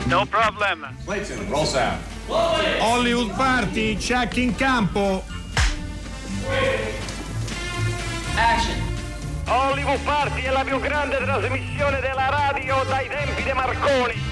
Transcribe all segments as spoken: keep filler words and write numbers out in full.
No problem. Clayton, roll sound. Hollywood Party, check in campo. Action. Hollywood Party è la più grande trasmissione della radio dai tempi di Marconi.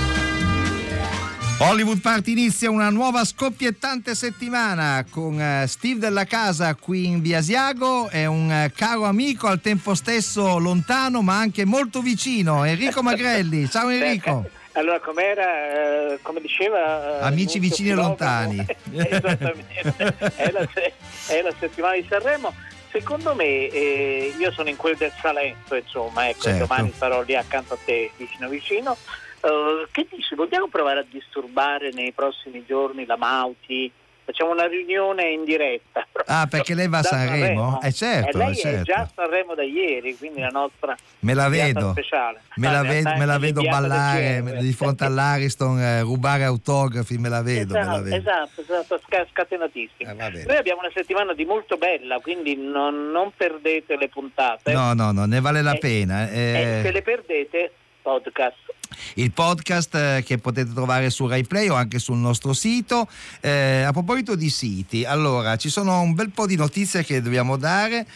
Hollywood Party inizia una nuova scoppiettante settimana con uh, Steve Della Casa qui in Via Asiago e un uh, caro amico al tempo stesso lontano ma anche molto vicino, Enrico Magrelli. Ciao Enrico. Allora, com'era, eh, come diceva... Eh, Amici vicini e lontani. Esattamente, è la, è la settimana di Sanremo. Secondo me, eh, io sono in quel del Salento, insomma, ecco, certo. Domani sarò lì accanto a te, vicino vicino. Uh, che dici, vogliamo provare a disturbare nei prossimi giorni la Mauti? Facciamo una riunione in diretta. Ah, perché lei va a Sanremo? Eh certo, e lei eh, certo. è già a Sanremo da ieri, quindi la nostra me la vedo speciale. me la, Ah, ved- me la vedo ballare di fronte all'Ariston, eh, rubare autografi, me la vedo, esatto, me la vedo. esatto, esatto, sca- scatenatissimo. Eh, Noi abbiamo una settimana di molto bella, quindi non, non perdete le puntate. No, no, no, ne vale la Eh, pena. E eh. se le perdete, podcast. Il podcast eh, che potete trovare su Rai Play o anche sul nostro sito. Eh, a proposito di siti, allora ci sono un bel po' di notizie che dobbiamo dare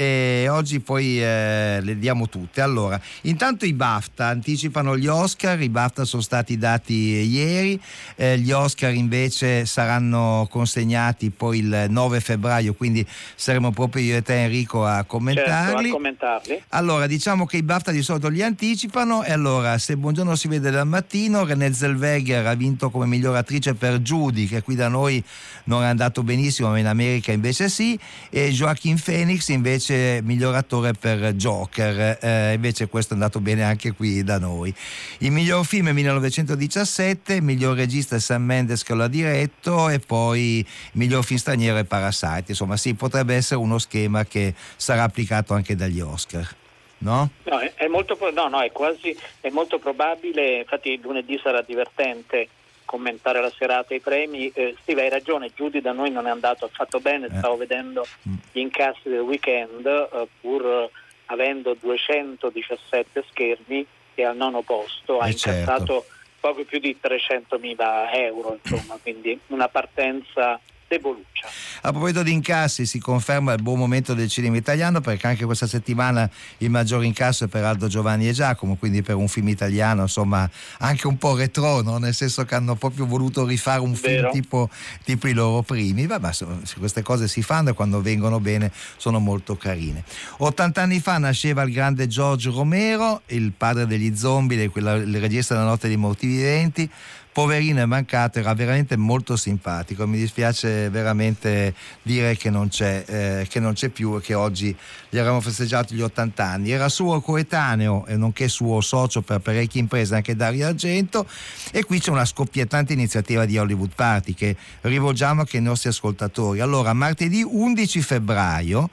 e oggi poi eh, le diamo tutte. Allora, intanto i BAFTA anticipano gli Oscar, i BAFTA sono stati dati ieri, eh, gli Oscar invece saranno consegnati poi il nove febbraio, quindi saremo proprio io e te Enrico a commentarli. Certo, a commentarli. Allora, diciamo che i BAFTA di solito li anticipano e allora se Buongiorno si vede dal mattino, Renée Zellweger ha vinto come miglior attrice per Judy, che qui da noi non è andato benissimo ma in America invece sì, e Joaquin Phoenix invece miglior attore per Joker, eh, invece questo è andato bene anche qui da noi. Il miglior film è millenovecentodiciassette, il miglior regista è Sam Mendes che lo ha diretto e poi il miglior film straniero è Parasite. Insomma sì, potrebbe essere uno schema che sarà applicato anche dagli Oscar. No? No, è, è molto no, no, è quasi è molto probabile, infatti lunedì sarà divertente commentare la serata e i premi. Eh, Steve, hai ragione, Judy da noi non è andato affatto bene, eh. Stavo vedendo gli incassi del weekend, eh, pur avendo duecentodiciassette schermi e al nono posto ha eh incassato certo. poco più di trecentomila euro, insomma, quindi una partenza deboluccia. A proposito di incassi, si conferma il buon momento del cinema italiano, perché anche questa settimana il maggior incasso è per Aldo, Giovanni e Giacomo, quindi per un film italiano insomma anche un po' retro, no? Nel senso che hanno proprio voluto rifare un Vero. film tipo, tipo i loro primi. Vabbè, queste cose si fanno e quando vengono bene sono molto carine. ottanta anni fa nasceva il grande George Romero, il padre degli zombie, il regista della Notte dei Morti Viventi. Poverino, è mancato, era veramente molto simpatico, mi dispiace veramente dire che non c'è, eh, che non c'è più e che oggi gli avremmo festeggiato gli ottanta anni. Era suo coetaneo e nonché suo socio per parecchie imprese anche Dario Argento, e qui c'è una scoppiettante iniziativa di Hollywood Party che rivolgiamo anche ai nostri ascoltatori. Allora, martedì undici febbraio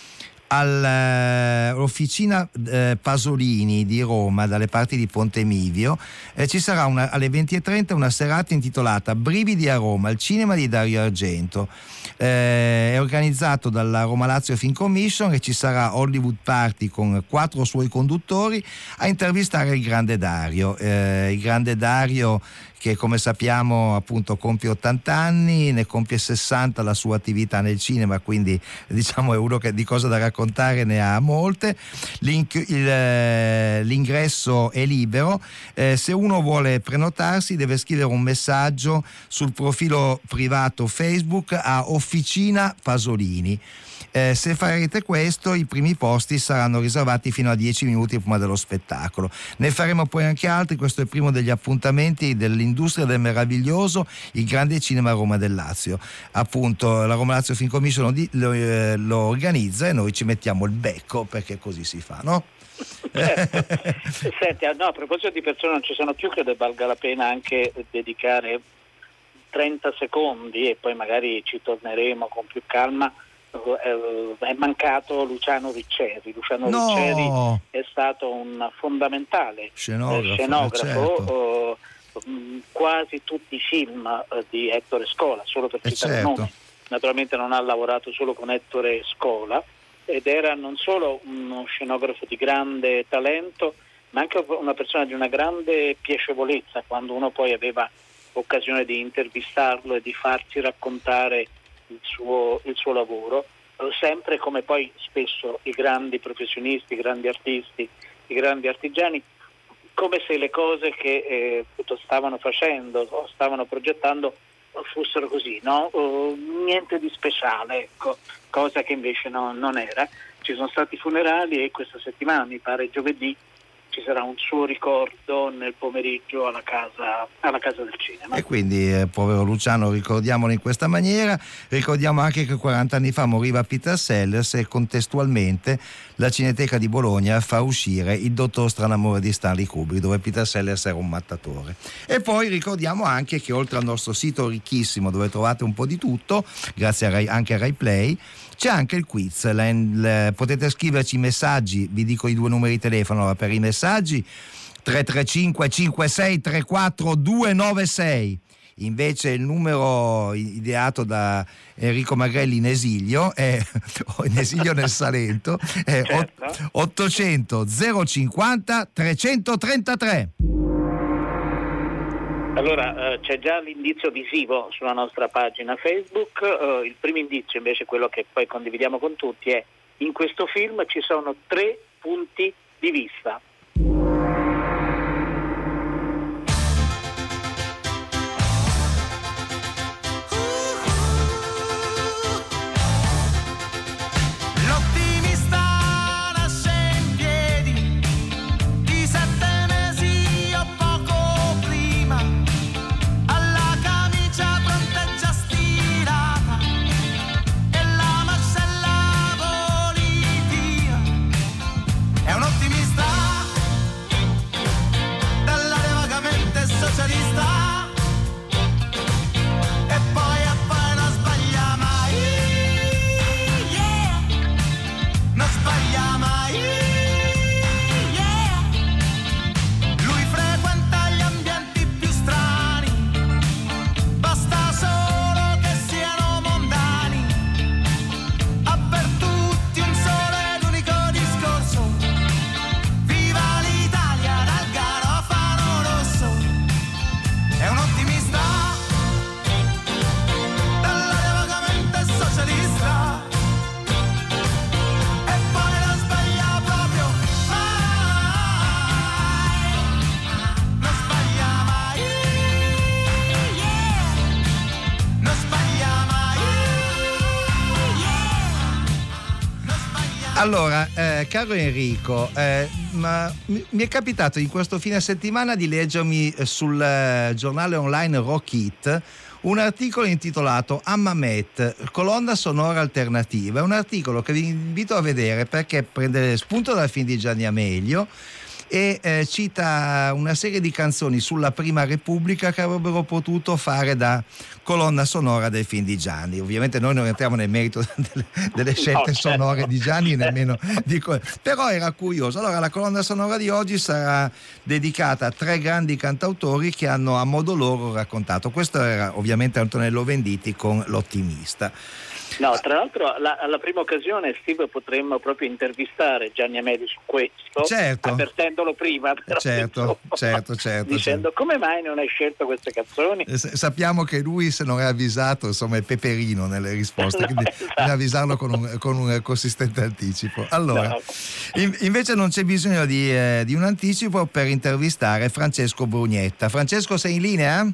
all'officina eh, Pasolini di Roma, dalle parti di Ponte Milvio, eh, ci sarà una, alle venti e trenta una serata intitolata Brividi a Roma, il cinema di Dario Argento. Eh, è organizzato dalla Roma Lazio Film Commission e ci sarà Hollywood Party con quattro suoi conduttori a intervistare il grande Dario. Eh, il grande Dario che come sappiamo appunto compie ottanta anni, ne compie sessanta la sua attività nel cinema, quindi diciamo è uno che di cose da raccontare ne ha molte. L'in- il, l'ingresso è libero, eh, se uno vuole prenotarsi deve scrivere un messaggio sul profilo privato Facebook a Officina Pasolini. Eh, se farete questo i primi posti saranno riservati fino a dieci minuti prima dello spettacolo. Ne faremo poi anche altri, questo è il primo degli appuntamenti dell'industria del meraviglioso, il grande cinema Roma del Lazio. Appunto la Roma Lazio Film Commission lo, lo, eh, lo organizza e noi ci mettiamo il becco perché così si fa, no? Certo. Senti, no, a proposito di persone non ci sono più, credo valga la pena anche dedicare trenta secondi e poi magari ci torneremo con più calma. È mancato Luciano Ricceri. Luciano no. Ricceri è stato un fondamentale scenografo, scenografo certo. eh, quasi tutti i film eh, di Ettore Scola, solo per eh citare certo. nomi. Naturalmente non ha lavorato solo con Ettore Scola ed era non solo uno scenografo di grande talento, ma anche una persona di una grande piacevolezza quando uno poi aveva occasione di intervistarlo e di farsi raccontare il suo, il suo lavoro, sempre come poi spesso i grandi professionisti, i grandi artisti, i grandi artigiani, come se le cose che eh, stavano facendo o stavano progettando fossero così, no? Uh, niente di speciale, ecco, cosa che invece no, non era. Ci sono stati funerali e questa settimana, mi pare giovedì, ci sarà un suo ricordo nel pomeriggio alla casa, alla casa del cinema. E quindi, eh, povero Luciano, ricordiamolo in questa maniera. Ricordiamo anche che quaranta anni fa moriva Peter Sellers e contestualmente la Cineteca di Bologna fa uscire Il dottor Stranamore di Stanley Kubrick, dove Peter Sellers era un mattatore. E poi ricordiamo anche che oltre al nostro sito ricchissimo, dove trovate un po' di tutto, grazie a Rai, anche a Rai Play, c'è anche il quiz. Le, le, potete scriverci i messaggi, vi dico i due numeri di telefono per i messaggi: tre tre cinque cinque sei tre quattro due nove sei. Invece il numero ideato da Enrico Magrelli in esilio è in esilio nel Salento è certo. ottocento zero cinquanta trecentotrentatré. Allora, eh, c'è già l'indizio visivo sulla nostra pagina Facebook. Eh, il primo indizio, invece, quello che poi condividiamo con tutti, è: in questo film ci sono tre punti di vista. Allora, eh, caro Enrico, eh, ma mi, mi è capitato in questo fine settimana di leggermi sul eh, giornale online Rock It un articolo intitolato Hammamet, colonna sonora alternativa. È un articolo che vi invito a vedere perché prende spunto dal film di Gianni Amelio e eh, cita una serie di canzoni sulla Prima Repubblica che avrebbero potuto fare da colonna sonora del film di Gianni. Ovviamente noi non entriamo nel merito delle, delle scelte no, sonore certo. di Gianni, nemmeno dico, però era curioso. Allora, la colonna sonora di oggi sarà dedicata a tre grandi cantautori che hanno a modo loro raccontato. Questo era ovviamente Antonello Venditti con L'Ottimista. No, tra l'altro alla, alla prima occasione, Steve, potremmo proprio intervistare Gianni Amelio su questo, certo. avvertendolo prima, però, certo, insomma, certo, certo, dicendo certo. come mai non hai scelto queste canzoni? Sappiamo che lui, se non è avvisato, insomma è peperino nelle risposte, no, quindi esatto. bisogna avvisarlo con un, con un consistente anticipo. Allora, no. in, invece non c'è bisogno di, eh, di un anticipo per intervistare Francesco Brugnetta. Francesco, sei in linea?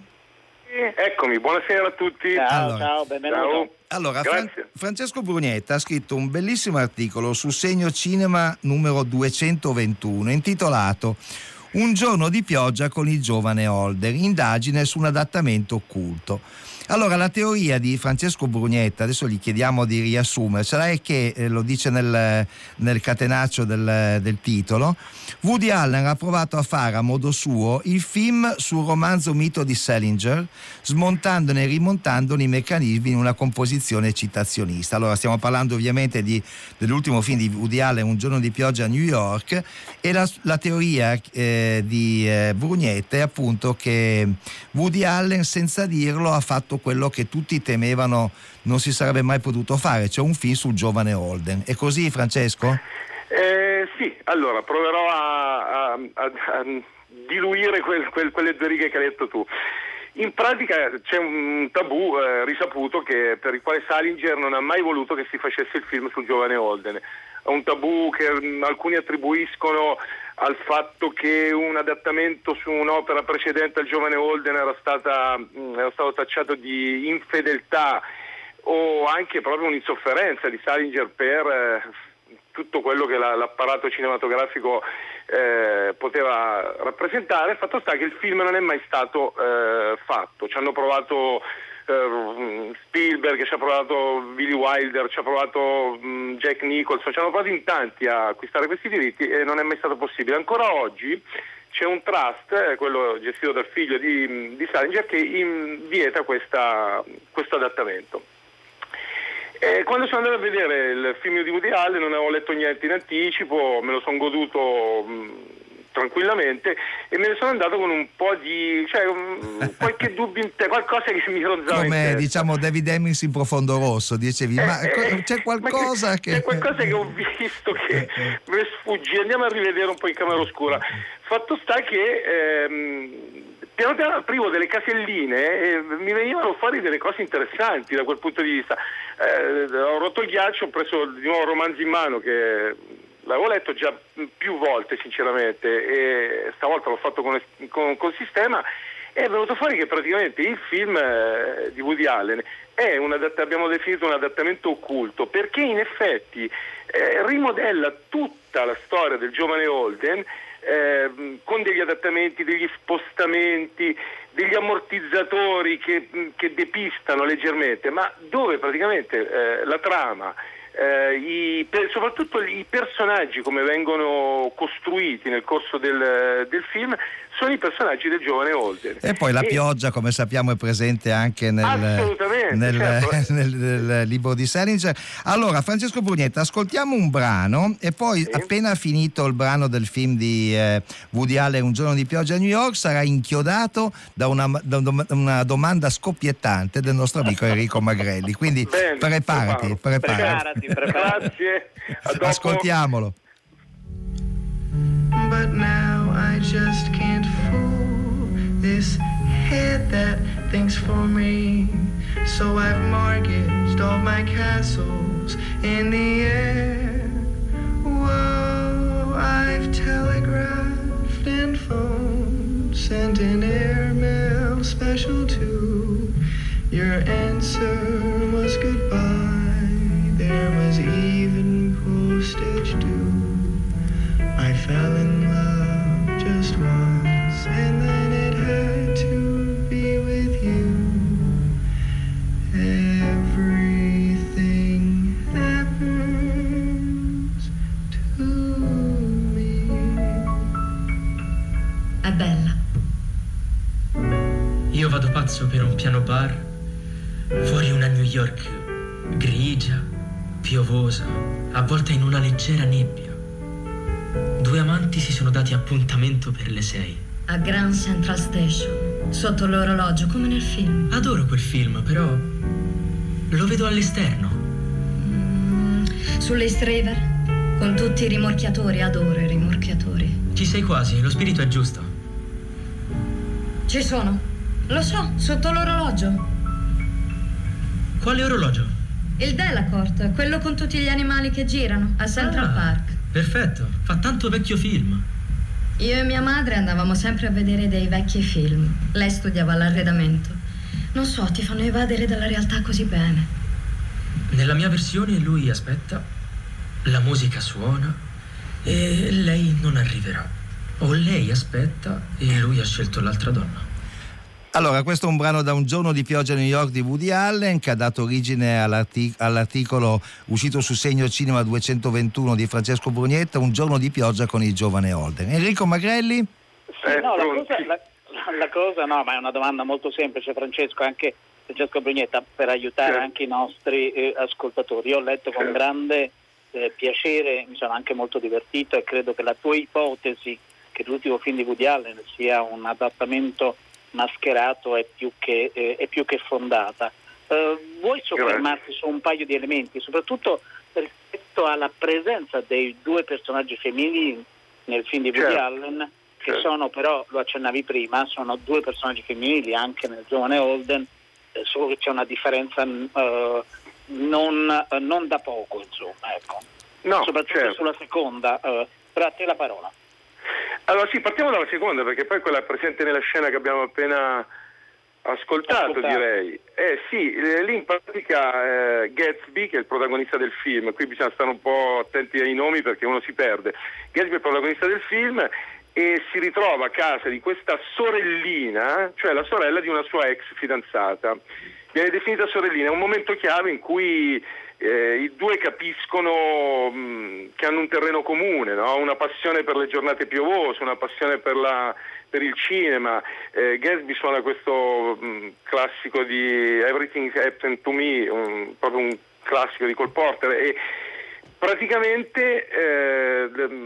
Eccomi, buonasera a tutti. Ciao, allora, ciao, benvenuto. Ciao. Allora, Fran- Francesco Brugnetta ha scritto un bellissimo articolo su Segno Cinema numero duecentoventuno intitolato Un giorno di pioggia con il giovane Holder, indagine su un adattamento occulto. Allora, la teoria di Francesco Brugnetta, adesso gli chiediamo di riassumercela, è che, eh, lo dice nel, nel catenaccio del, del titolo, Woody Allen ha provato a fare a modo suo il film sul romanzo mito di Salinger, smontandone e rimontandone i meccanismi in una composizione citazionista. Allora, stiamo parlando ovviamente di, dell'ultimo film di Woody Allen, Un giorno di pioggia a New York, e la, la teoria eh, di eh, Brugnetta è appunto che Woody Allen, senza dirlo, ha fatto quello che tutti temevano non si sarebbe mai potuto fare, cioè un film sul giovane Holden. È così, Francesco? Eh, sì, Allora, proverò a, a, a, a diluire quel, quel, quelle due righe che hai detto tu. In pratica c'è un tabù eh, risaputo che, per il quale Salinger non ha mai voluto che si facesse il film sul giovane Holden. È un tabù che mh, alcuni attribuiscono al fatto che un adattamento su un'opera precedente al giovane Holden era, stata, mh, era stato tacciato di infedeltà, o anche proprio un'insofferenza di Salinger per eh, tutto quello che la, l'apparato cinematografico eh, poteva rappresentare. Fatto sta che il film non è mai stato eh, fatto. Ci hanno provato eh, Spielberg, ci ha provato Billy Wilder, ci ha provato mh, Jack Nicholson, ci hanno provato in tanti a acquistare questi diritti e non è mai stato possibile. Ancora oggi c'è un trust, eh, quello gestito dal figlio di, di Salinger, che in, vieta questa, questo adattamento. E quando sono andato a vedere il film di Woody Allen non avevo letto niente in anticipo, me lo sono goduto mh, tranquillamente e me ne sono andato con un po' di, cioè un, qualche dubbio in te, qualcosa che mi ronzava in testa. Come diciamo David Hemmings in Profondo Rosso, dicevi, eh, ma eh, c'è qualcosa ma che... C'è qualcosa che ho visto che mi sfugge, andiamo a rivedere un po' in camera oscura. Fatto sta che... Ehm, piano piano aprivo delle caselline e mi venivano fuori delle cose interessanti da quel punto di vista. Eh, ho rotto il ghiaccio, ho preso di nuovo romanzi in mano che l'avevo letto già più volte sinceramente e stavolta l'ho fatto con, con, con sistema e è venuto fuori che praticamente il film eh, di Woody Allen è un adatt- abbiamo definito un adattamento occulto, perché in effetti eh, rimodella tutta la storia del giovane Holden Eh, con degli adattamenti, degli spostamenti, degli ammortizzatori che, che depistano leggermente, ma dove praticamente eh, la trama, eh, i, per, soprattutto i personaggi come vengono costruiti nel corso del, del film sono i personaggi del giovane Holden. E poi la e... pioggia, come sappiamo, è presente anche nel, nel, certo. nel, nel libro di Salinger. Allora, Francesco Brugnetta, ascoltiamo un brano e poi, sì, appena finito il brano del film di eh, Woody Allen, Un giorno di pioggia a New York, sarà inchiodato da una, da una domanda scoppiettante del nostro amico Enrico Magrelli. Quindi bene, preparati, preparati. preparati, preparati. Grazie. Ascoltiamolo. But now I just can't fool this head that thinks for me. So I've mortgaged all my castles in the air. Whoa, I've telegraphed and phoned, sent an airmail special too. Your answer was goodbye. There was even postage due. I fell in love just once, and then it had to be with you. Everything happens to me. È bella. Io vado pazzo per un piano bar, fuori una New York grigia, piovosa, avvolta in una leggera nebbia. Due amanti si sono dati appuntamento per le sei. A Grand Central Station, sotto l'orologio, come nel film. Adoro quel film, però lo vedo all'esterno. Mm, sull'East River, con tutti i rimorchiatori, adoro i rimorchiatori. Ci sei quasi, lo spirito è giusto. Ci sono, lo so, sotto l'orologio. Quale orologio? Il Delacorte, quello con tutti gli animali che girano, a Central ah. Park. Perfetto, fa tanto vecchio film. Io e mia madre andavamo sempre a vedere dei vecchi film. Lei studiava all'arredamento. Non so, ti fanno evadere dalla realtà così bene. Nella mia versione lui aspetta, la musica suona e lei non arriverà. O lei aspetta e lui ha scelto l'altra donna. Allora, questo è un brano da Un giorno di pioggia a New York di Woody Allen, che ha dato origine all'artic- all'articolo uscito su Segno Cinema duecentoventuno di Francesco Brugnetta, Un giorno di pioggia con il giovane Holden. Enrico Magrelli? Sì, no, la cosa, la, la cosa no, ma è una domanda molto semplice, Francesco, anche Francesco Brugnetta, per aiutare sì. anche i nostri eh, ascoltatori. Io ho letto con sì. grande eh, piacere, mi sono anche molto divertito e credo che la tua ipotesi che l'ultimo film di Woody Allen sia un adattamento mascherato è più che, eh, è più che fondata. Uh, vuoi soffermarti su un paio di elementi, soprattutto rispetto rispetto alla presenza dei due personaggi femminili nel film di Woody certo. Allen, che certo. sono però, lo accennavi prima, sono due personaggi femminili anche nel giovane Holden, eh, solo che c'è una differenza eh, non, eh, non da poco, insomma, ecco. No, soprattutto certo. sulla seconda. Eh, però a te la parola. Allora sì, partiamo dalla seconda, perché poi quella presente nella scena che abbiamo appena ascoltato, Ascoltato. direi. Eh sì, eh, lì in pratica eh, Gatsby, che è il protagonista del film, qui bisogna stare un po' attenti ai nomi perché uno si perde. Gatsby è il protagonista del film e si ritrova a casa di questa sorellina, cioè la sorella di una sua ex fidanzata. Viene definita sorellina, è un momento chiave in cui eh, i due capiscono mh, che hanno un terreno comune, no? Una passione per le giornate piovose, una passione per, la, per il cinema. Eh, Gatsby suona questo mh, classico di Everything Happened to Me, un, proprio un classico di Cole Porter, e praticamente eh,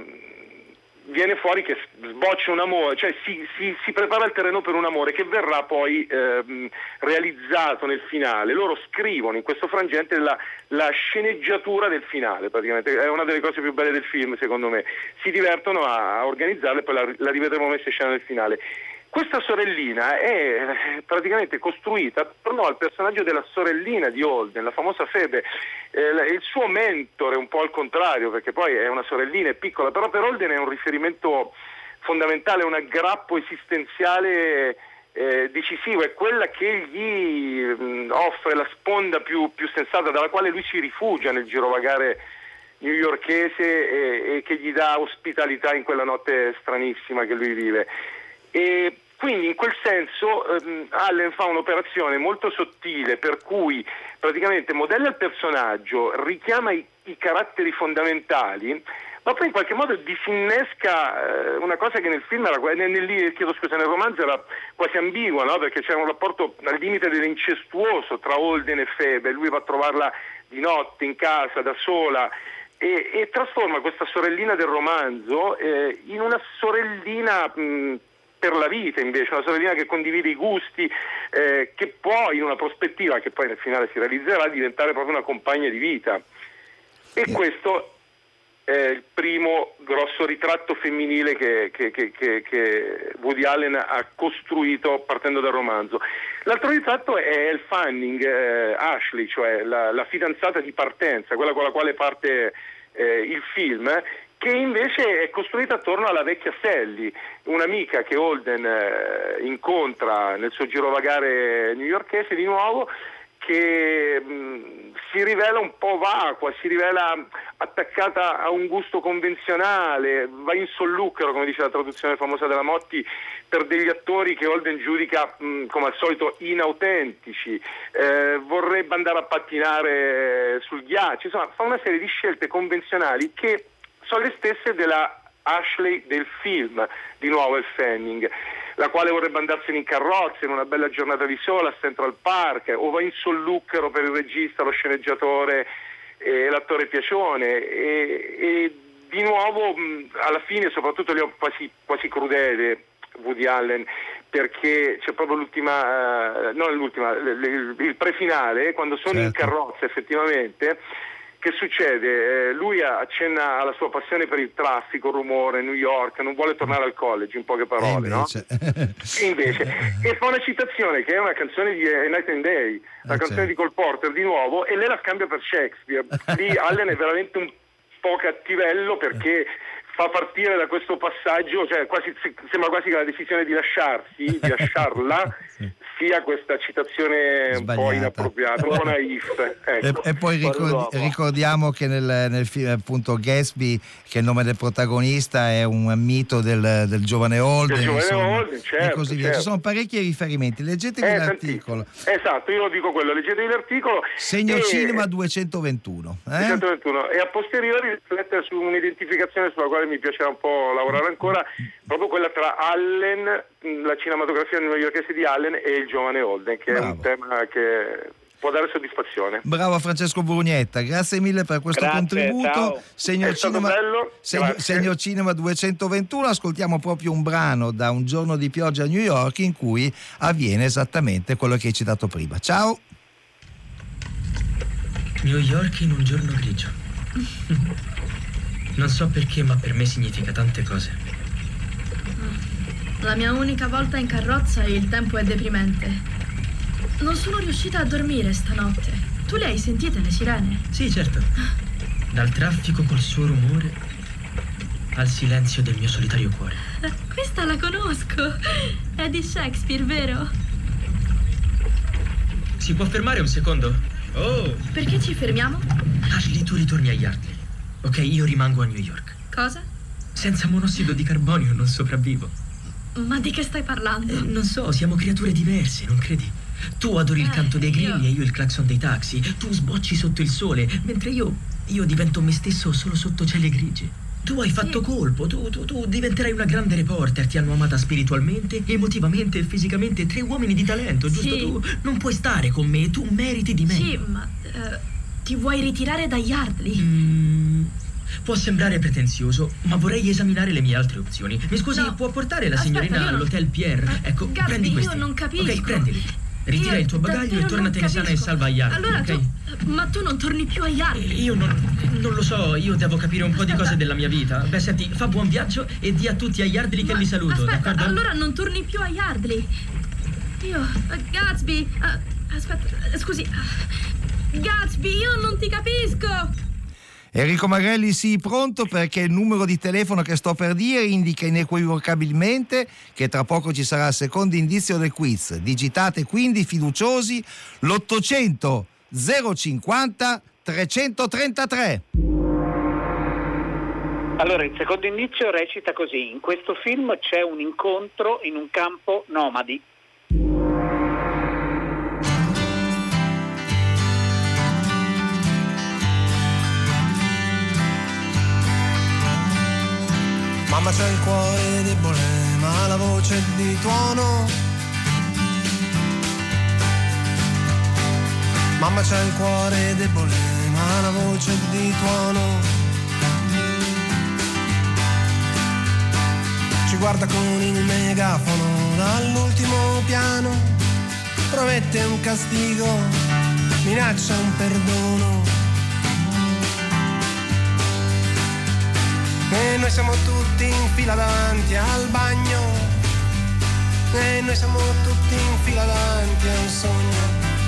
viene fuori che sboccia un amore, cioè si, si, si prepara il terreno per un amore che verrà poi ehm, realizzato nel finale. Loro scrivono in questo frangente la, la sceneggiatura del finale, praticamente è una delle cose più belle del film, secondo me. Si divertono a, a organizzarla e poi la, la rivedremo messa in scena nel finale. Questa sorellina è praticamente costruita attorno al personaggio della sorellina di Holden, la famosa Phoebe. Eh, il suo mentore, un po' al contrario, perché poi è una sorellina, è piccola, però per Holden è un riferimento fondamentale, un aggrappo esistenziale eh, decisivo, è quella che gli mh, offre la sponda più, più sensata, dalla quale lui si rifugia nel girovagare newyorkese e, e che gli dà ospitalità in quella notte stranissima che lui vive. E quindi in quel senso ehm, Allen fa un'operazione molto sottile per cui praticamente modella il personaggio, richiama i, i caratteri fondamentali, ma poi in qualche modo disinnesca eh, una cosa che nel film era, nel, nel, chiedo scusa, nel romanzo era quasi ambigua, no? Perché c'era un rapporto al limite dell'incestuoso tra Holden e Phoebe, lui va a trovarla di notte in casa da sola e, e trasforma questa sorellina del romanzo eh, in una sorellina mh, per la vita, invece, una sorellina che condivide i gusti, eh, che può in una prospettiva che poi nel finale si realizzerà diventare proprio una compagna di vita. E eh. questo è il primo grosso ritratto femminile che, che, che, che, che Woody Allen ha costruito partendo dal romanzo. L'altro ritratto è Elle Fanning, eh, Ashley, cioè la, la fidanzata di partenza, quella con la quale parte eh, il film, che invece è costruita attorno alla vecchia Sally, un'amica che Holden eh, incontra nel suo girovagare newyorkese di nuovo, che mh, si rivela un po' vacua, si rivela attaccata a un gusto convenzionale, va in solluchero, come dice la traduzione famosa della Motti, per degli attori che Holden giudica mh, come al solito inautentici, eh, vorrebbe andare a pattinare sul ghiaccio, insomma fa una serie di scelte convenzionali che sono le stesse della Ashley del film, di nuovo Elle Fanning, la quale vorrebbe andarsene in carrozza in una bella giornata di sole a Central Park, o va in solluchero per il regista, lo sceneggiatore e l'attore piacione, e, e di nuovo mh, alla fine soprattutto le ho quasi, quasi crudele Woody Allen, perché c'è proprio l'ultima, uh, non l'ultima, l- l- il prefinale, quando sono certo. in carrozza effettivamente. Che succede? Eh, lui accenna alla sua passione per il traffico, il rumore, New York, non vuole tornare al college, in poche parole, no? E invece, e fa una citazione che è una canzone di A Night and Day, la eh canzone certo. di Cole Porter di nuovo, e lei la scambia per Shakespeare. Lì Allen è veramente un po' cattivello perché fa partire da questo passaggio, cioè quasi sembra quasi che la decisione di lasciarsi, di lasciarla, sì. sia questa citazione sbagliata, un po' inappropriata, un po' naif. Ecco. E, e poi ricordi, ricordiamo che nel, nel film appunto Gatsby, che è il nome del protagonista, è un mito del, del giovane Holden, del giovane insomma, Holden, certo, e così via. certo. Ci sono parecchi riferimenti, leggetevi eh, l'articolo. Esatto, io dico quello, leggetevi l'articolo. Segno e... Cinema duecentoventuno. Eh? duecentoventuno e a posteriori riflettere su un'identificazione sulla quale mi piacerà un po' lavorare ancora, proprio quella tra Allen, la cinematografia newyorkese di Allen e il giovane Holden, che Bravo. È un tema che può dare soddisfazione. Bravo Francesco Brugnetta, grazie mille per questo grazie, contributo. Ciao. Segno Cinema, segno, segno Cinema duecentoventuno, ascoltiamo proprio un brano da Un giorno di pioggia a New York in cui avviene esattamente quello che hai citato prima. Ciao. New York in un giorno grigio. Non so perché, ma per me significa tante cose. La mia unica volta in carrozza e il tempo è deprimente. Non sono riuscita a dormire stanotte. Tu le hai sentite le sirene? Sì, certo. Dal traffico col suo rumore al silenzio del mio solitario cuore. Questa la conosco. È di Shakespeare, vero? Si può fermare un secondo? Oh! Perché ci fermiamo? Ashley, tu ritorni a Yardley. Ok, io rimango a New York. Cosa? Senza monossido di carbonio non sopravvivo. Ma di che stai parlando? Eh, non so, siamo creature diverse, non credi? Tu adori il canto dei grilli io... e io il clacson dei taxi. Tu sbocci sotto il sole, mentre io... io divento me stesso solo sotto cieli grigi. Tu hai fatto colpo, tu, tu, tu diventerai una grande reporter. Ti hanno amata spiritualmente, emotivamente e fisicamente. Tre uomini di talento, giusto? Sì. Tu non puoi stare con me, tu meriti di me. Sì, ma uh, ti vuoi ritirare da Yardley? Mm, può sembrare pretenzioso, ma vorrei esaminare le mie altre opzioni. Mi scusi, No. può portare la Aspetta, signorina io non- all'hotel Pierre? Ecco, Gatsby, prendi questi. io non capisco. Ok, prendili. Ritira Io il tuo bagaglio davvero e tornatene non sana e capisco. salva a Yardley, Allora ok? tu... Ma tu non torni più a Yardley? Io non, non lo so, io devo capire un po' di cose della mia vita. Beh, senti, fa buon viaggio e di a tutti a Yardley che Ma li saluto, aspetta, d'accordo? allora non torni più a Yardley. Io... uh, Gatsby... uh, aspetta, uh, scusi... uh, Gatsby, io non ti capisco! Enrico Magrelli, sì, pronto, perché il numero di telefono che sto per dire indica inequivocabilmente che tra poco ci sarà il secondo indizio del quiz. Digitate quindi fiduciosi l'ottocento zero cinquanta trecentotrentatré. Allora, il secondo indizio recita così: in questo film c'è un incontro in un campo nomadi. Mamma c'ha il cuore debole, ma la voce di tuono. Mamma c'ha il cuore debole, ma la voce di tuono. Ci guarda con il megafono dall'ultimo piano, promette un castigo, minaccia un perdono. E noi siamo tutti in fila davanti al bagno, e noi siamo tutti in fila davanti a un sogno,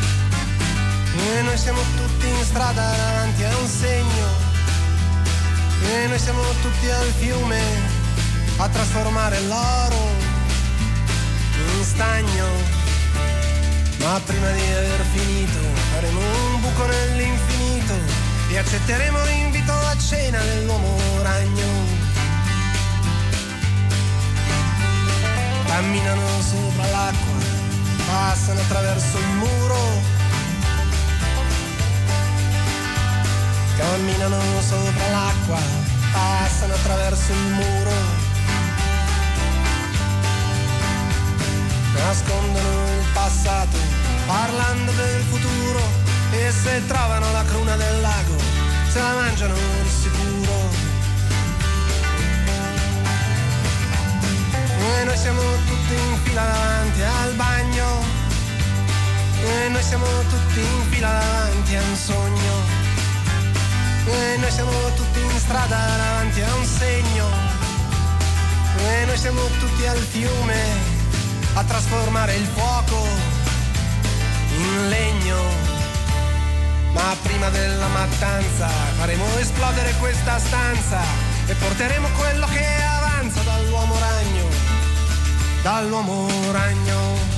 e noi siamo tutti in strada davanti a un segno, e noi siamo tutti al fiume a trasformare l'oro in stagno. Ma prima di aver finito faremo un buco nell'infinito e accetteremo l'invito a cena dell'uomo ragno. Camminano sopra l'acqua, passano attraverso il muro. Camminano sopra l'acqua, passano attraverso il muro. Nascondono il passato, parlando del futuro. E se trovano la cruna del lago, se la mangiano di sicuro. E noi siamo tutti in fila davanti al bagno, e noi siamo tutti in fila davanti a un sogno, e noi siamo tutti in strada davanti a un segno, e noi siamo tutti al fiume a trasformare il fuoco in legno. Ma prima della mattanza faremo esplodere questa stanza e porteremo quello che avanza dall'uomo ragno, dall'uomo ragno.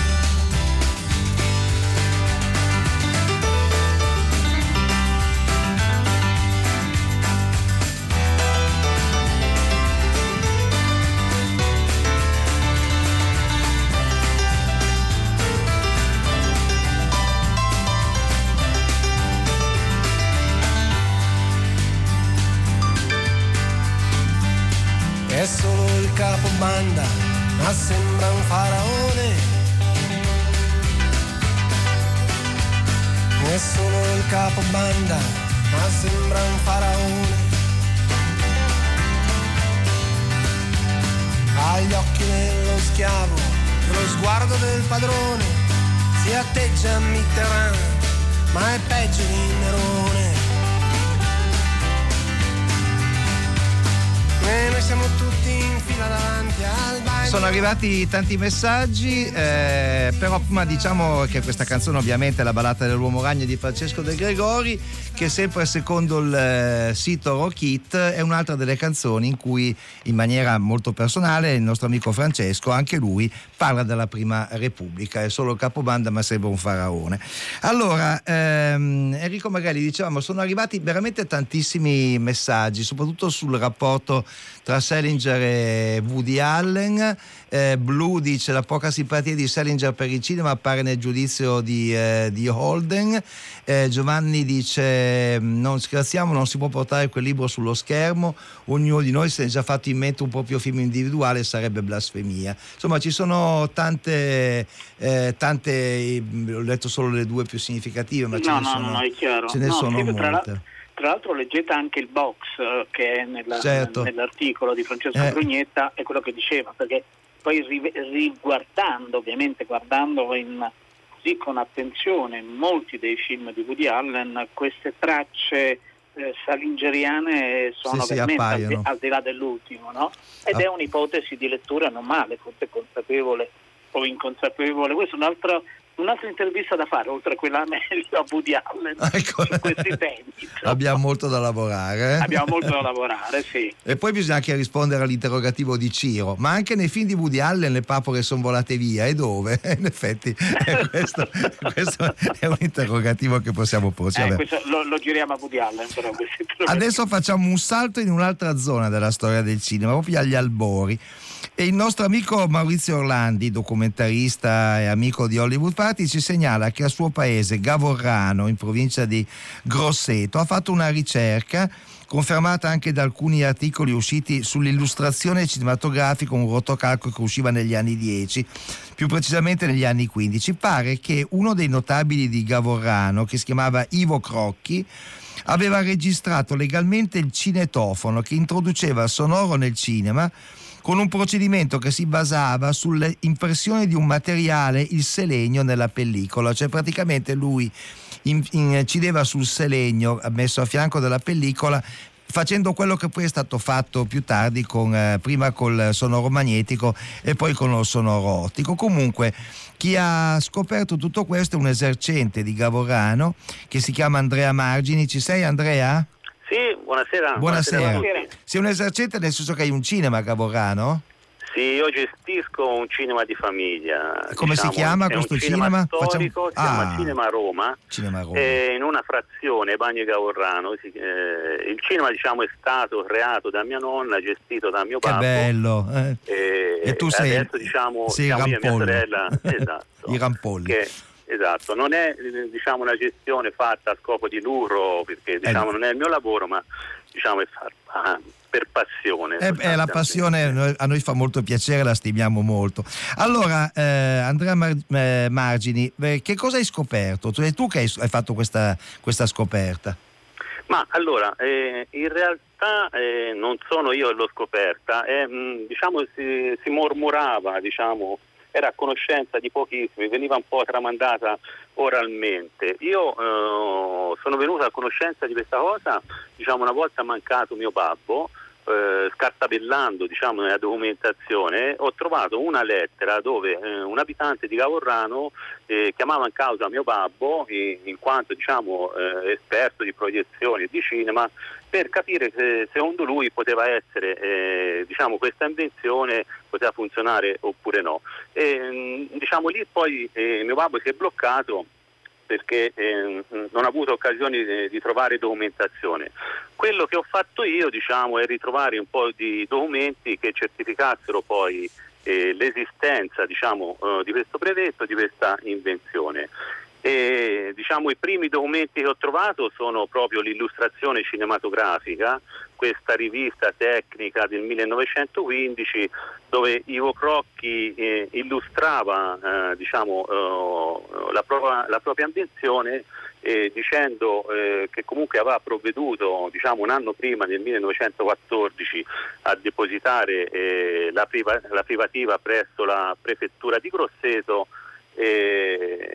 È solo il capobanda, ma sembra un faraone. È solo il capobanda, ma sembra un faraone. Ha gli occhi dello schiavo, lo sguardo del padrone. Si atteggia a Mitterrand, ma è peggio di Nerone. e noi siamo tutti in fila davanti al bagno. Sono arrivati tanti messaggi, eh, però prima diciamo che questa canzone ovviamente è la ballata dell'uomo ragno di Francesco De Gregori, che sempre secondo il eh, sito Rock It è un'altra delle canzoni in cui in maniera molto personale il nostro amico Francesco, anche lui, parla della Prima Repubblica. È solo il capobanda ma sembra un faraone. Allora, ehm, Enrico Magrelli, dicevamo, sono arrivati veramente tantissimi messaggi, soprattutto sul rapporto tra Salinger e Woody Allen. eh, Blue dice: la poca simpatia di Salinger per il cinema appare nel giudizio di, eh, di Holden. eh, Giovanni dice: non scherziamo, non si può portare quel libro sullo schermo, ognuno di noi si è già fatto in mente un proprio film individuale, sarebbe blasfemia. Insomma, ci sono tante eh, tante, ho letto solo le due più significative, ma ce no, ne no, sono, no, è chiaro. ce ne no, sono sì, molte. Tra, la, tra l'altro leggete anche il box eh, che è nella, certo. nell'articolo di Francesco eh. Brugnetta, è quello che diceva, perché poi ri- riguardando, ovviamente guardando in, così con attenzione molti dei film di Woody Allen, queste tracce eh, salingeriane sono sì, sì, veramente al di, appaiono. al di là dell'ultimo, no? Ed Ah. è un'ipotesi di lettura non male, forse consapevole o inconsapevole. Questo è un altro Un'altra intervista da fare, oltre a quella meglio a Woody Allen, ecco. su questi temi. Abbiamo molto da lavorare. Eh? Abbiamo molto da lavorare, sì. E poi bisogna anche rispondere all'interrogativo di Ciro, ma anche nei film di Woody Allen le papere sono volate via, e dove? In effetti eh, questo, questo è un interrogativo che possiamo porci. Eh, questo lo, lo giriamo a Woody Allen, però. Adesso facciamo un salto in un'altra zona della storia del cinema, proprio agli albori. E il nostro amico Maurizio Orlandi, documentarista e amico di Hollywood Party, ci segnala che al suo paese, Gavorrano, in provincia di Grosseto, ha fatto una ricerca confermata anche da alcuni articoli usciti sull'illustrazione cinematografica, un rotocalco che usciva negli anni dieci, più precisamente negli anni quindici. Pare che uno dei notabili di Gavorrano, che si chiamava Ivo Crocchi, aveva registrato legalmente il cinetofono, che introduceva il sonoro nel cinema con un procedimento che si basava sull'impressione di un materiale, il selenio, nella pellicola. Cioè praticamente lui in, incideva sul selenio messo a fianco della pellicola, facendo quello che poi è stato fatto più tardi con, eh, prima col sonoro magnetico e poi con lo sonoro ottico. Comunque chi ha scoperto tutto questo è un esercente di Gavorrano che si chiama Andrea Margini. Ci sei, Andrea? Sì, buonasera. Buonasera. Buonasera. Sei un esercente nel senso che hai un cinema a Gavorrano? Sì, io gestisco un cinema di famiglia. Come diciamo, si chiama è questo un cinema? cinema storico, Facciamo... si chiama ah, Cinema Roma. Cinema Roma. E in una frazione, Bagno Gavorrano. Si, eh, il cinema, diciamo, è stato creato da mia nonna, gestito da mio che babbo. Che bello. Eh. E, e tu sei, adesso, diciamo, sei siamo il io e mia rampollo. sorella. Esatto. I rampolli. Che, esatto, non è, diciamo, una gestione fatta a scopo di lucro, perché diciamo, eh. non è il mio lavoro, ma diciamo è fatta per passione. È, è la passione, a noi fa molto piacere, la stimiamo molto. Allora, eh, Andrea Mar- eh, Margini, eh, che cosa hai scoperto? Tu, è tu che hai, hai fatto questa, questa scoperta? Ma allora, eh, in realtà eh, non sono io che l'ho scoperta, eh, mh, diciamo si, si mormorava, diciamo, era a conoscenza di pochissimi, veniva un po' tramandata oralmente. Io eh, sono venuto a conoscenza di questa cosa, diciamo, una volta mancato mio babbo, eh, scartabellando, diciamo, nella documentazione, ho trovato una lettera dove eh, un abitante di Gavorrano eh, chiamava in causa mio babbo in, in quanto, diciamo, eh, esperto di proiezioni e di cinema, per capire se secondo lui poteva essere, eh, diciamo, questa invenzione poteva funzionare oppure no. E, diciamo, lì poi eh, mio babbo si è bloccato perché eh, non ha avuto occasioni di, di trovare documentazione. Quello che ho fatto io, diciamo, è ritrovare un po' di documenti che certificassero poi eh, l'esistenza, diciamo, eh, di questo brevetto, di questa invenzione. E, diciamo, i primi documenti che ho trovato sono proprio l'illustrazione cinematografica, questa rivista tecnica del millenovecentoquindici, dove Ivo Crocchi eh, illustrava eh, diciamo, eh, la, propria, la propria invenzione, eh, dicendo eh, che comunque aveva provveduto, diciamo, un anno prima, nel millenovecentoquattordici, a depositare eh, la, priva, la privativa presso la prefettura di Grosseto, e,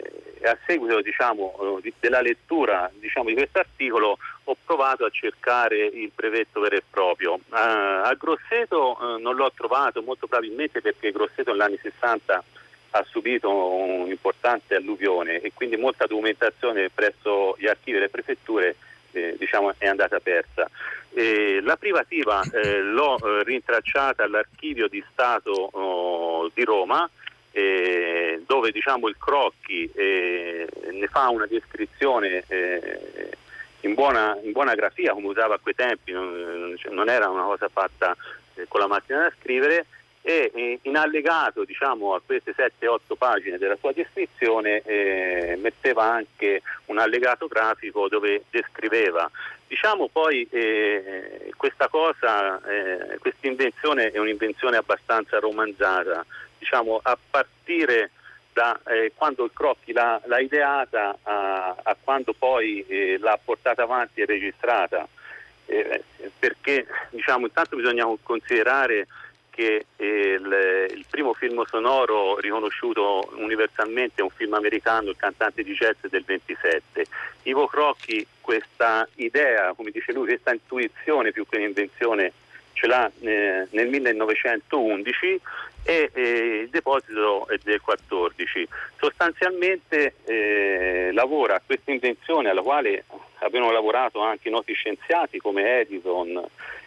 a seguito diciamo, di, della lettura diciamo, di questo articolo ho provato a cercare il brevetto vero e proprio. Uh, a Grosseto uh, non l'ho trovato, molto probabilmente perché Grosseto negli anni sessanta ha subito un'importante alluvione e quindi molta documentazione presso gli archivi delle prefetture eh, diciamo, è andata persa. Eh, la privativa eh, l'ho eh, rintracciata all'Archivio di Stato oh, di Roma, eh, dove diciamo, il Crocchi eh, ne fa una descrizione eh, in, buona, in buona grafia, come usava a quei tempi, non, non era una cosa fatta eh, con la macchina da scrivere, e eh, in allegato diciamo, a queste sette otto pagine della sua descrizione eh, metteva anche un allegato grafico dove descriveva. Diciamo poi eh, questa cosa, eh, questa invenzione è un'invenzione abbastanza romanzata, diciamo a partire da eh, quando il Crocchi l'ha, l'ha ideata a, a quando poi eh, l'ha portata avanti e registrata, eh, perché diciamo intanto bisogna considerare che eh, il, il primo film sonoro riconosciuto universalmente è un film americano, Il cantante di jazz del ventisette. Ivo Crocchi questa idea, come dice lui, questa intuizione più che un'invenzione ce l'ha eh, nel millenovecentoundici e eh, il deposito è del quattordici. Sostanzialmente eh, lavora a questa invenzione alla quale abbiano lavorato anche noti scienziati come Edison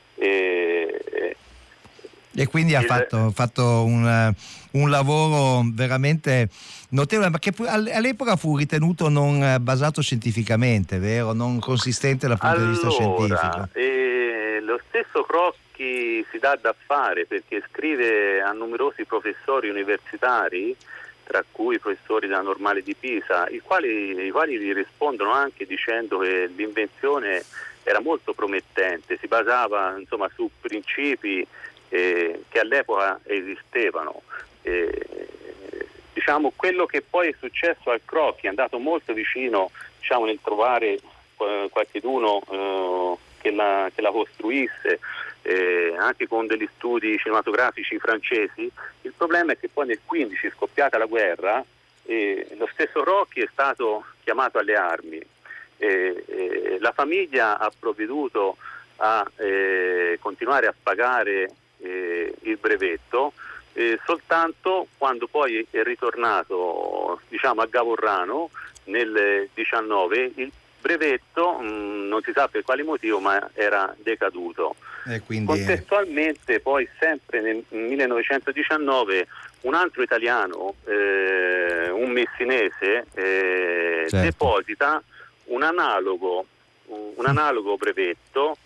eh, e quindi ha fatto, fatto un, un lavoro veramente notevole, ma che all'epoca fu ritenuto non basato scientificamente, vero? Non consistente dal punto allora, di vista scientifico. Eh, lo stesso Crocchi si dà da fare perché scrive a numerosi professori universitari, tra cui i professori della Normale di Pisa, i quali, i quali gli rispondono anche dicendo che l'invenzione era molto promettente, si basava insomma su principi Eh, che all'epoca esistevano. Eh, diciamo quello che poi è successo al Crocchi è andato molto vicino diciamo, nel trovare eh, qualcheduno eh, che, la, che la costruisse eh, anche con degli studi cinematografici francesi. Il problema è che poi nel quindici, scoppiata la guerra, eh, lo stesso Crocchi è stato chiamato alle armi. Eh, eh, la famiglia ha provveduto a eh, continuare a pagare Eh, il brevetto eh, soltanto quando poi è ritornato diciamo a Gavorrano nel diciannove il brevetto mh, non si sa per quale motivo ma era decaduto e quindi contestualmente poi sempre nel millenovecentodiciannove un altro italiano eh, un messinese eh, certo. deposita un analogo un analogo brevetto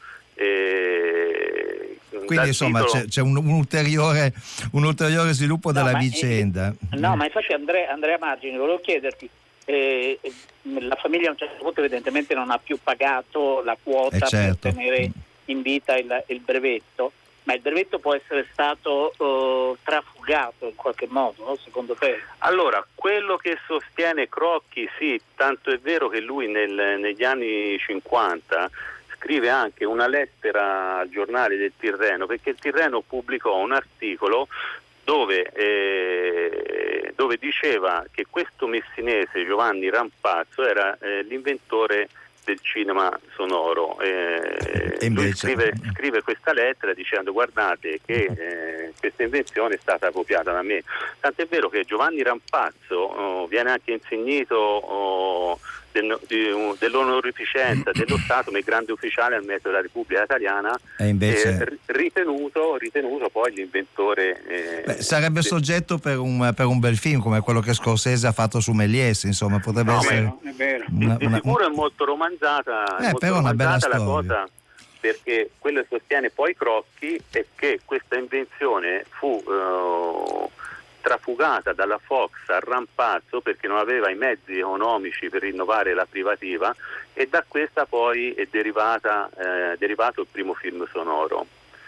eh, quindi insomma titolo... c'è, c'è un, un, ulteriore, un ulteriore sviluppo no, della vicenda. Eh, no, ma infatti Andrea, Andrea Margini, volevo chiederti, eh, la famiglia a un certo punto evidentemente non ha più pagato la quota eh certo. per tenere in vita il, il brevetto, ma il brevetto può essere stato uh, trafugato in qualche modo, no? Secondo te? Allora, quello che sostiene Crocchi, sì, tanto è vero che lui nel, negli anni cinquanta scrive anche una lettera al giornale del Tirreno, perché il Tirreno pubblicò un articolo dove, eh, dove diceva che questo messinese Giovanni Rampazzo era eh, l'inventore del cinema sonoro. Eh, e invece... Lui scrive, scrive questa lettera dicendo guardate che eh, questa invenzione è stata copiata da me. Tant'è vero che Giovanni Rampazzo oh, viene anche insignito oh, del, di, uh, dell'onorificenza dello Stato come grande ufficiale al mezzo della Repubblica Italiana e invece eh, ritenuto, ritenuto poi l'inventore eh, Beh, sarebbe de... soggetto per un, per un bel film come quello che Scorsese ha fatto su Méliès, insomma potrebbe no, essere no, è vero. Una, di una, sicuro è molto romanzata, eh, è molto però una bella romanzata la storia. cosa, perché quello che sostiene poi Crocchi è che questa invenzione fu eh, trafugata dalla Fox a Rampazzo perché non aveva i mezzi economici per rinnovare la privativa e da questa poi è derivata, eh, derivato il primo film sonoro. Poi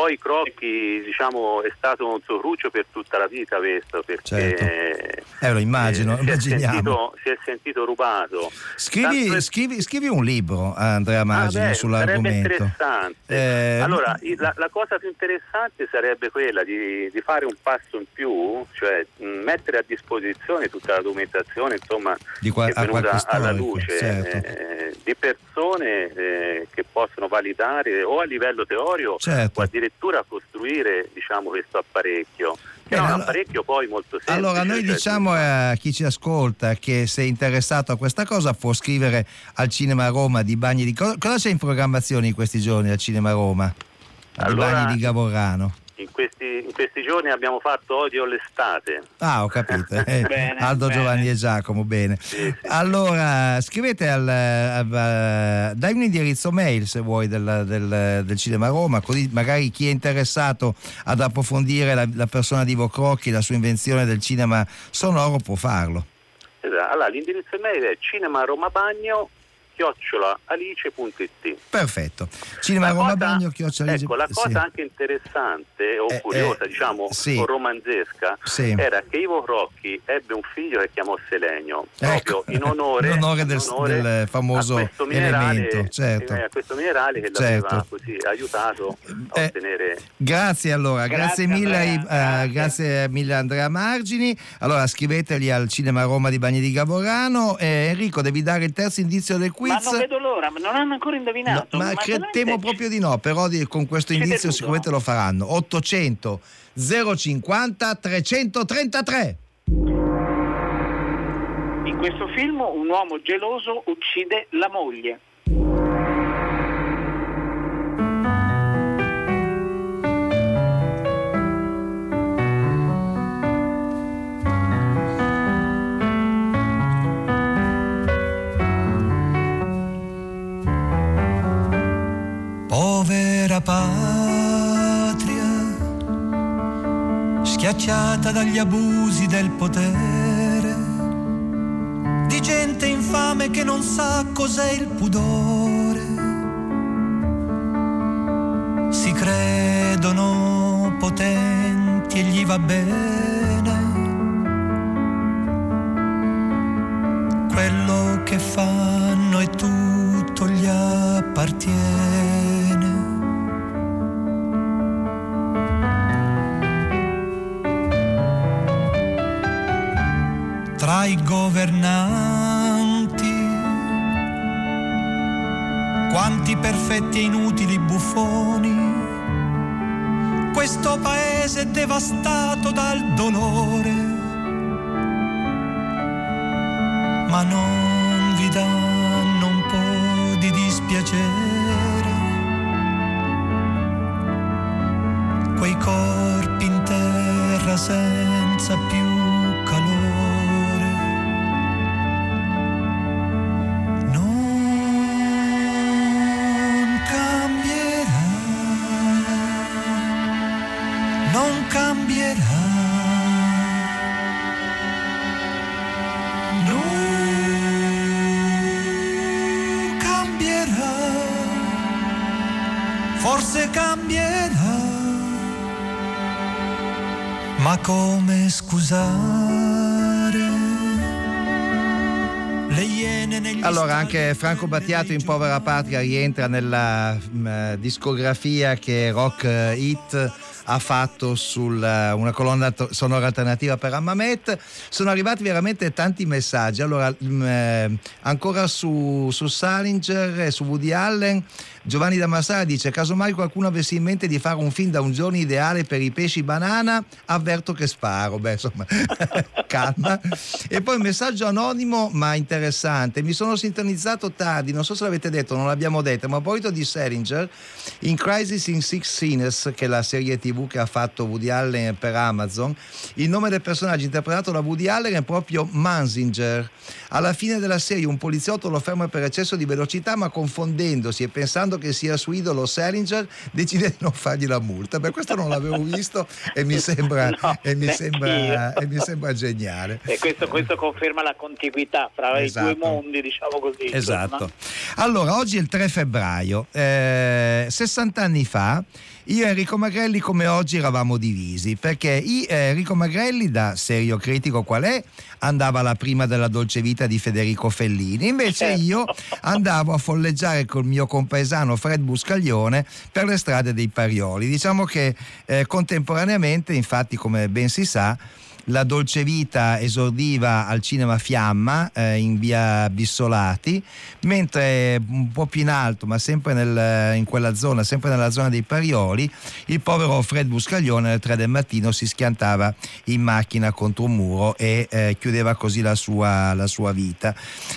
poi Crocchi, diciamo, è stato un suo cruccio per tutta la vita questo, perché certo. eh, lo immagino, eh, si, è sentito, si è sentito rubato. Scrivi, Tanto... scrivi, scrivi un libro, Andrea Margini, ah, beh, sull'argomento. Sarebbe interessante. Eh... Allora, la, la cosa più interessante sarebbe quella di, di fare un passo in più, cioè mh, mettere a disposizione tutta la documentazione, insomma, di qua, che è venuta alla storico, luce, certo. eh, di persone eh, che possono validare o a livello teorico, certo. o addirittura costruire, diciamo, questo apparecchio. Che Bene, è un allora, apparecchio poi molto semplice. Allora noi cioè, diciamo a chi ci ascolta che se è interessato a questa cosa può scrivere al Cinema Roma di Bagni di... Cosa, cosa c'è in programmazione in questi giorni al Cinema Roma? Allora, di Bagni di Gavorrano. In questi, in questi giorni abbiamo fatto Odio l'estate. Ah, ho capito. Eh, bene, Aldo, bene. Giovanni e Giacomo, bene. Sì, sì. Allora, scrivete al, al, al dai un indirizzo mail se vuoi del, del, del Cinema Roma, così magari chi è interessato ad approfondire la, la persona di Ivo Crocchi, la sua invenzione del cinema sonoro può farlo. Esatto. Allora, l'indirizzo mail è cinemaromabagno chiocciola alice punto it. Perfetto. Cinema La Roma cosa- Bagno chiocciola alice. Ecco, la cosa sì. anche interessante o Eh, curiosa, eh, diciamo, sì. o romanzesca, Sì. era che Ivo Crocchi ebbe un figlio che chiamò Selenio, Ecco, proprio in onore, in onore del- in onore del famoso a questo minerale, elemento, certo. eh, a questo minerale che Certo. l'aveva così aiutato a Eh, ottenere. Grazie allora, grazie, Grazie, mille, Andrea, eh, grazie. grazie mille Andrea Margini. Allora scriveteli al Cinema Roma di Bagni di Gavorano. Eh, Enrico, devi dare il terzo indizio del Ma quiz. non vedo l'ora, ma non hanno ancora No, indovinato. ma cre- veramente- temo proprio di no, però di- con questo Ci indizio deludo. sicuramente lo faranno. ottocento zero cinquanta trecentotrentatré. In questo film un uomo geloso uccide la moglie. Povera patria, schiacciata dagli abusi del potere, di gente infame che non sa cos'è il pudore. Si credono potenti e gli va bene quello che fanno e tutto gli appartiene. Tra i governanti, quanti perfetti e inutili buffoni, questo paese è devastato dal dolore, ma non vi danno un po' di dispiacere quei corpi in terra senza più calore. Non cambierà, non cambierà. Forse cambierà, ma come scusare le iene negli Allora stagni anche Franco Battiato in Povera Patria rientra nella mh, discografia che Rock Hit ha fatto su una colonna to- sonora alternativa per Hammamet. Sono arrivati veramente tanti messaggi. Allora mh, eh, ancora su, su Salinger e su Woody Allen, Giovanni da Massara dice: casomai qualcuno avesse in mente di fare un film da un giorno ideale per i pesci banana, avverto che sparo. Beh, insomma, calma. E poi un messaggio anonimo ma interessante: mi sono sintonizzato tardi, non so se l'avete detto, non l'abbiamo detto, ma a proposito di Salinger, in Crisis in Six Scenes, che è la serie tv che ha fatto Woody Allen per Amazon, il nome del personaggio interpretato da Woody Allen è proprio Mansinger. Alla fine della serie un poliziotto lo ferma per eccesso di velocità, ma confondendosi e pensando che sia suo idolo Salinger decide di non fargli la multa. Per questo non l'avevo visto e mi sembra, No, e mi sembra, neanch'io. e mi sembra geniale. E questo, questo conferma la contiguità fra Esatto. i due mondi, diciamo così. Esatto. insomma. Allora, oggi è il tre febbraio, eh, sessanta anni fa io e Enrico Magrelli come oggi eravamo divisi, perché i- eh, Enrico Magrelli, da serio critico qual è, andava alla prima della dolce vita di Federico Fellini, invece io andavo a folleggiare col mio compaesano Fred Buscaglione per le strade dei Parioli. Diciamo che eh, contemporaneamente, infatti, come ben si sa, la dolce vita esordiva al Cinema Fiamma eh, in via Bissolati, mentre un po' più in alto, ma sempre nel, in quella zona, sempre nella zona dei Parioli, il povero Fred Buscaglione alle tre del mattino si schiantava in macchina contro un muro e eh, chiudeva così la sua, la sua vita.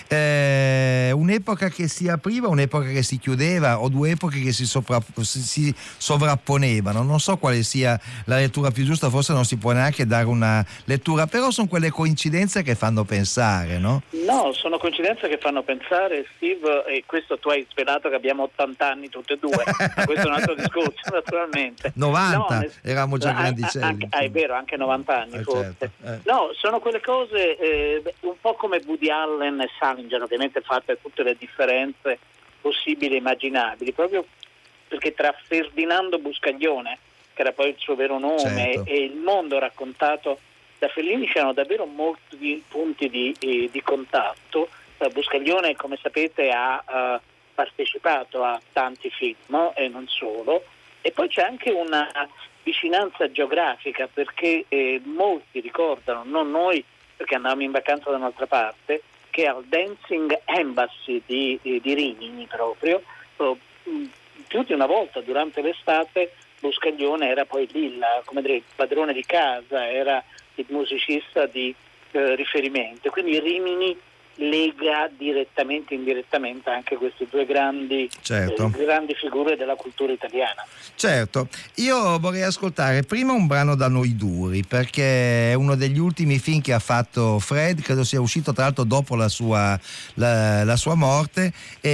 Eh, un'epoca che si apriva, un'epoca che si chiudeva, o due epoche che si, sopra, si, si sovrapponevano. Non so quale sia la lettura più giusta, forse non si può neanche dare una lettura, però sono quelle coincidenze che fanno pensare, no? No, sono coincidenze che fanno pensare, Steve, e questo tu hai svelato che abbiamo ottanta anni tutti e due, ma questo è un altro discorso naturalmente. novanta, no, nel... eravamo già ah, grandicelli. Anche, ah, è vero, anche novanta anni eh, forse. certo, eh. No, sono quelle cose eh, un po' come Woody Allen e Salinger, ovviamente fatte tutte le differenze possibili e immaginabili, proprio perché tra Ferdinando Buscaglione, che era poi il suo vero nome, Certo. e il mondo raccontato da Fellini c'erano davvero molti punti di, eh, di contatto. Uh, Buscaglione, come sapete, ha uh, partecipato a tanti film e non solo, e poi c'è anche una vicinanza geografica, perché eh, molti ricordano, non noi perché andavamo in vacanza da un'altra parte, che al Dancing Embassy di, eh, di Rimini proprio, oh, più di una volta durante l'estate Buscaglione era poi lì, la, come dire, il padrone di casa, era il musicista di eh, riferimento, quindi Rimini lega direttamente e indirettamente anche queste due grandi, Certo. eh, grandi figure della cultura italiana. Certo, io vorrei ascoltare prima un brano da Noi Duri, perché è uno degli ultimi film che ha fatto Fred, credo sia uscito tra l'altro dopo la sua, la, la sua morte,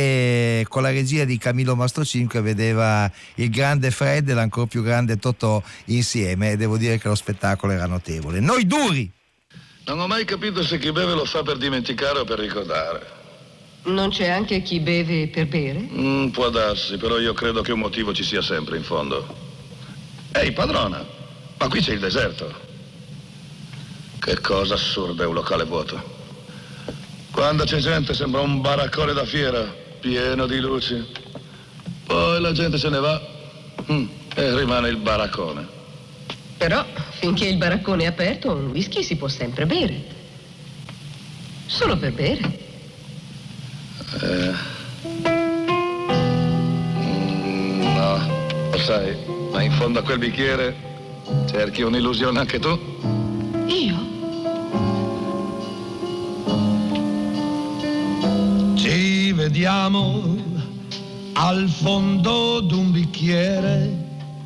e con la regia di Camillo Mastrocin, che vedeva il grande Fred e l'ancora più grande Totò insieme, e devo dire che lo spettacolo era notevole. Noi Duri! Non ho mai capito se chi beve lo fa per dimenticare o per ricordare. Non c'è anche chi beve per bere? Mm, può darsi, però io credo che un motivo ci sia sempre in fondo. Ehi, padrona, ma qui c'è il deserto. Che cosa assurda, è un locale vuoto. Quando c'è gente sembra un baraccone da fiera, pieno di luci. Poi la gente se ne va mm, e rimane il baraccone. Però, finché il baraccone è aperto, un whisky si può sempre bere. Solo per bere. Eh. Mm, no, lo sai, ma in fondo a quel bicchiere cerchi un'illusione anche tu? Io? Ci vediamo al fondo d'un bicchiere.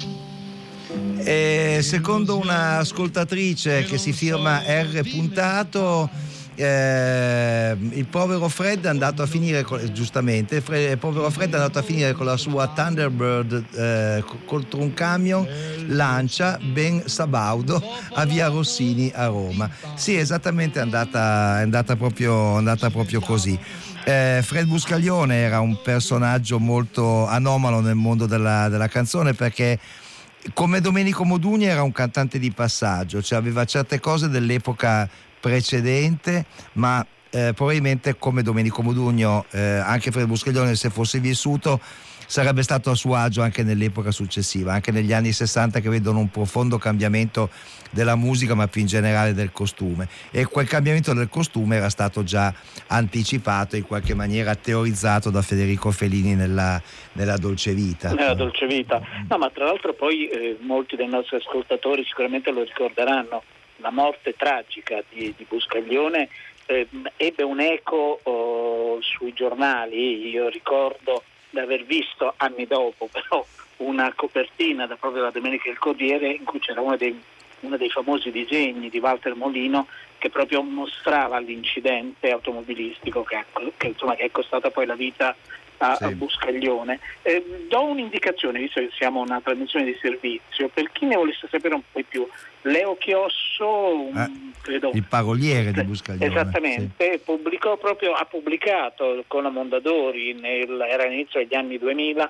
E secondo un'ascoltatrice che si firma R. Puntato, eh, il povero Fred è andato a finire con, giustamente il povero Fred è andato a finire con la sua Thunderbird eh, contro un camion Lancia ben sabaudo a via Rossini a Roma. Sì, esattamente, è andata, è andata proprio, è andata proprio così. Eh, Fred Buscaglione era un personaggio molto anomalo nel mondo della, della canzone, perché come Domenico Modugni era un cantante di passaggio, cioè aveva certe cose dell'epoca precedente, ma eh, probabilmente come Domenico Modugno eh, anche Fred Buscaglione, se fosse vissuto, sarebbe stato a suo agio anche nell'epoca successiva, anche negli anni sessanta, che vedono un profondo cambiamento della musica, ma più in generale del costume, e quel cambiamento del costume era stato già anticipato, in qualche maniera teorizzato da Federico Fellini nella, nella Dolce Vita. Nella Dolce Vita. No, ma tra l'altro poi eh, molti dei nostri ascoltatori sicuramente lo ricorderanno, la morte tragica di, di Buscaglione eh, ebbe un eco oh, sui giornali. Io ricordo di aver visto anni dopo però una copertina da proprio da Domenica del Corriere, in cui c'era uno dei, uno dei famosi disegni di Walter Molino, che proprio mostrava l'incidente automobilistico che, che, insomma, che è costata poi la vita a, sì. a Buscaglione. Eh, do un'indicazione, visto che siamo una trasmissione di servizio, per chi ne volesse sapere un po' di più. Leo Chiosso, un, eh, credo, il paroliere di Buscaglione, esattamente, sì. pubblicò proprio, ha pubblicato con la Mondadori, nel, era all'inizio degli anni duemila,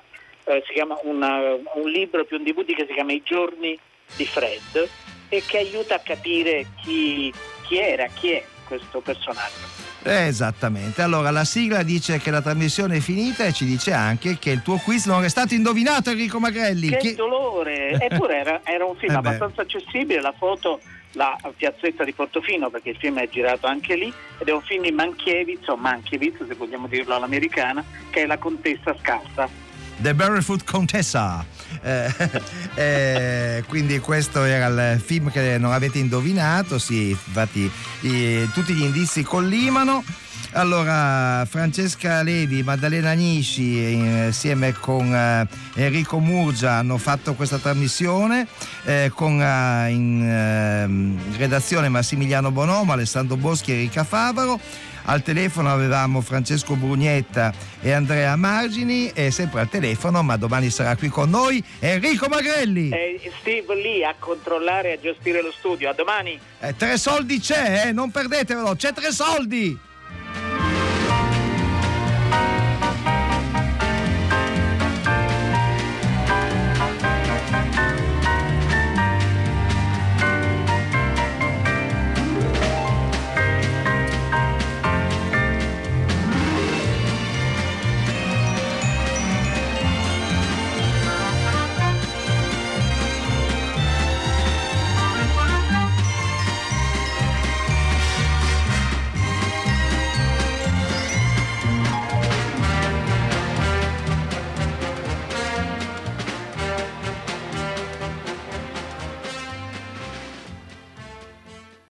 eh, si chiama una, un libro più un D V D che si chiama I giorni di Fred, e che aiuta a capire chi, chi era, chi è questo personaggio. Esattamente. Allora la sigla dice che la trasmissione è finita e ci dice anche che il tuo quiz non è stato indovinato, Enrico Magrelli. Che, che... dolore! Eppure era, era un film eh abbastanza accessibile, la foto, la piazzetta di Portofino, perché il film è girato anche lì, ed è un film di Mankiewicz, o Mankiewicz se vogliamo dirlo all'americana, che è La contessa scalza. The Barefoot Contessa. Eh, eh, quindi questo era il film che non avete indovinato. Sì, infatti i, tutti gli indizi collimano. Allora Francesca Levi, Maddalena Nisci insieme con eh, Enrico Murgia hanno fatto questa trasmissione eh, con eh, in eh, redazione Massimiliano Bonomo, Alessandro Boschi e Enrica Favaro. Al telefono avevamo Francesco Brugnetta e Andrea Margini, e sempre al telefono, ma domani sarà qui con noi, Enrico Magrelli. E Steve lì a controllare e a gestire lo studio. A domani. Eh, tre soldi c'è, eh? Non perdetevelo, c'è tre soldi.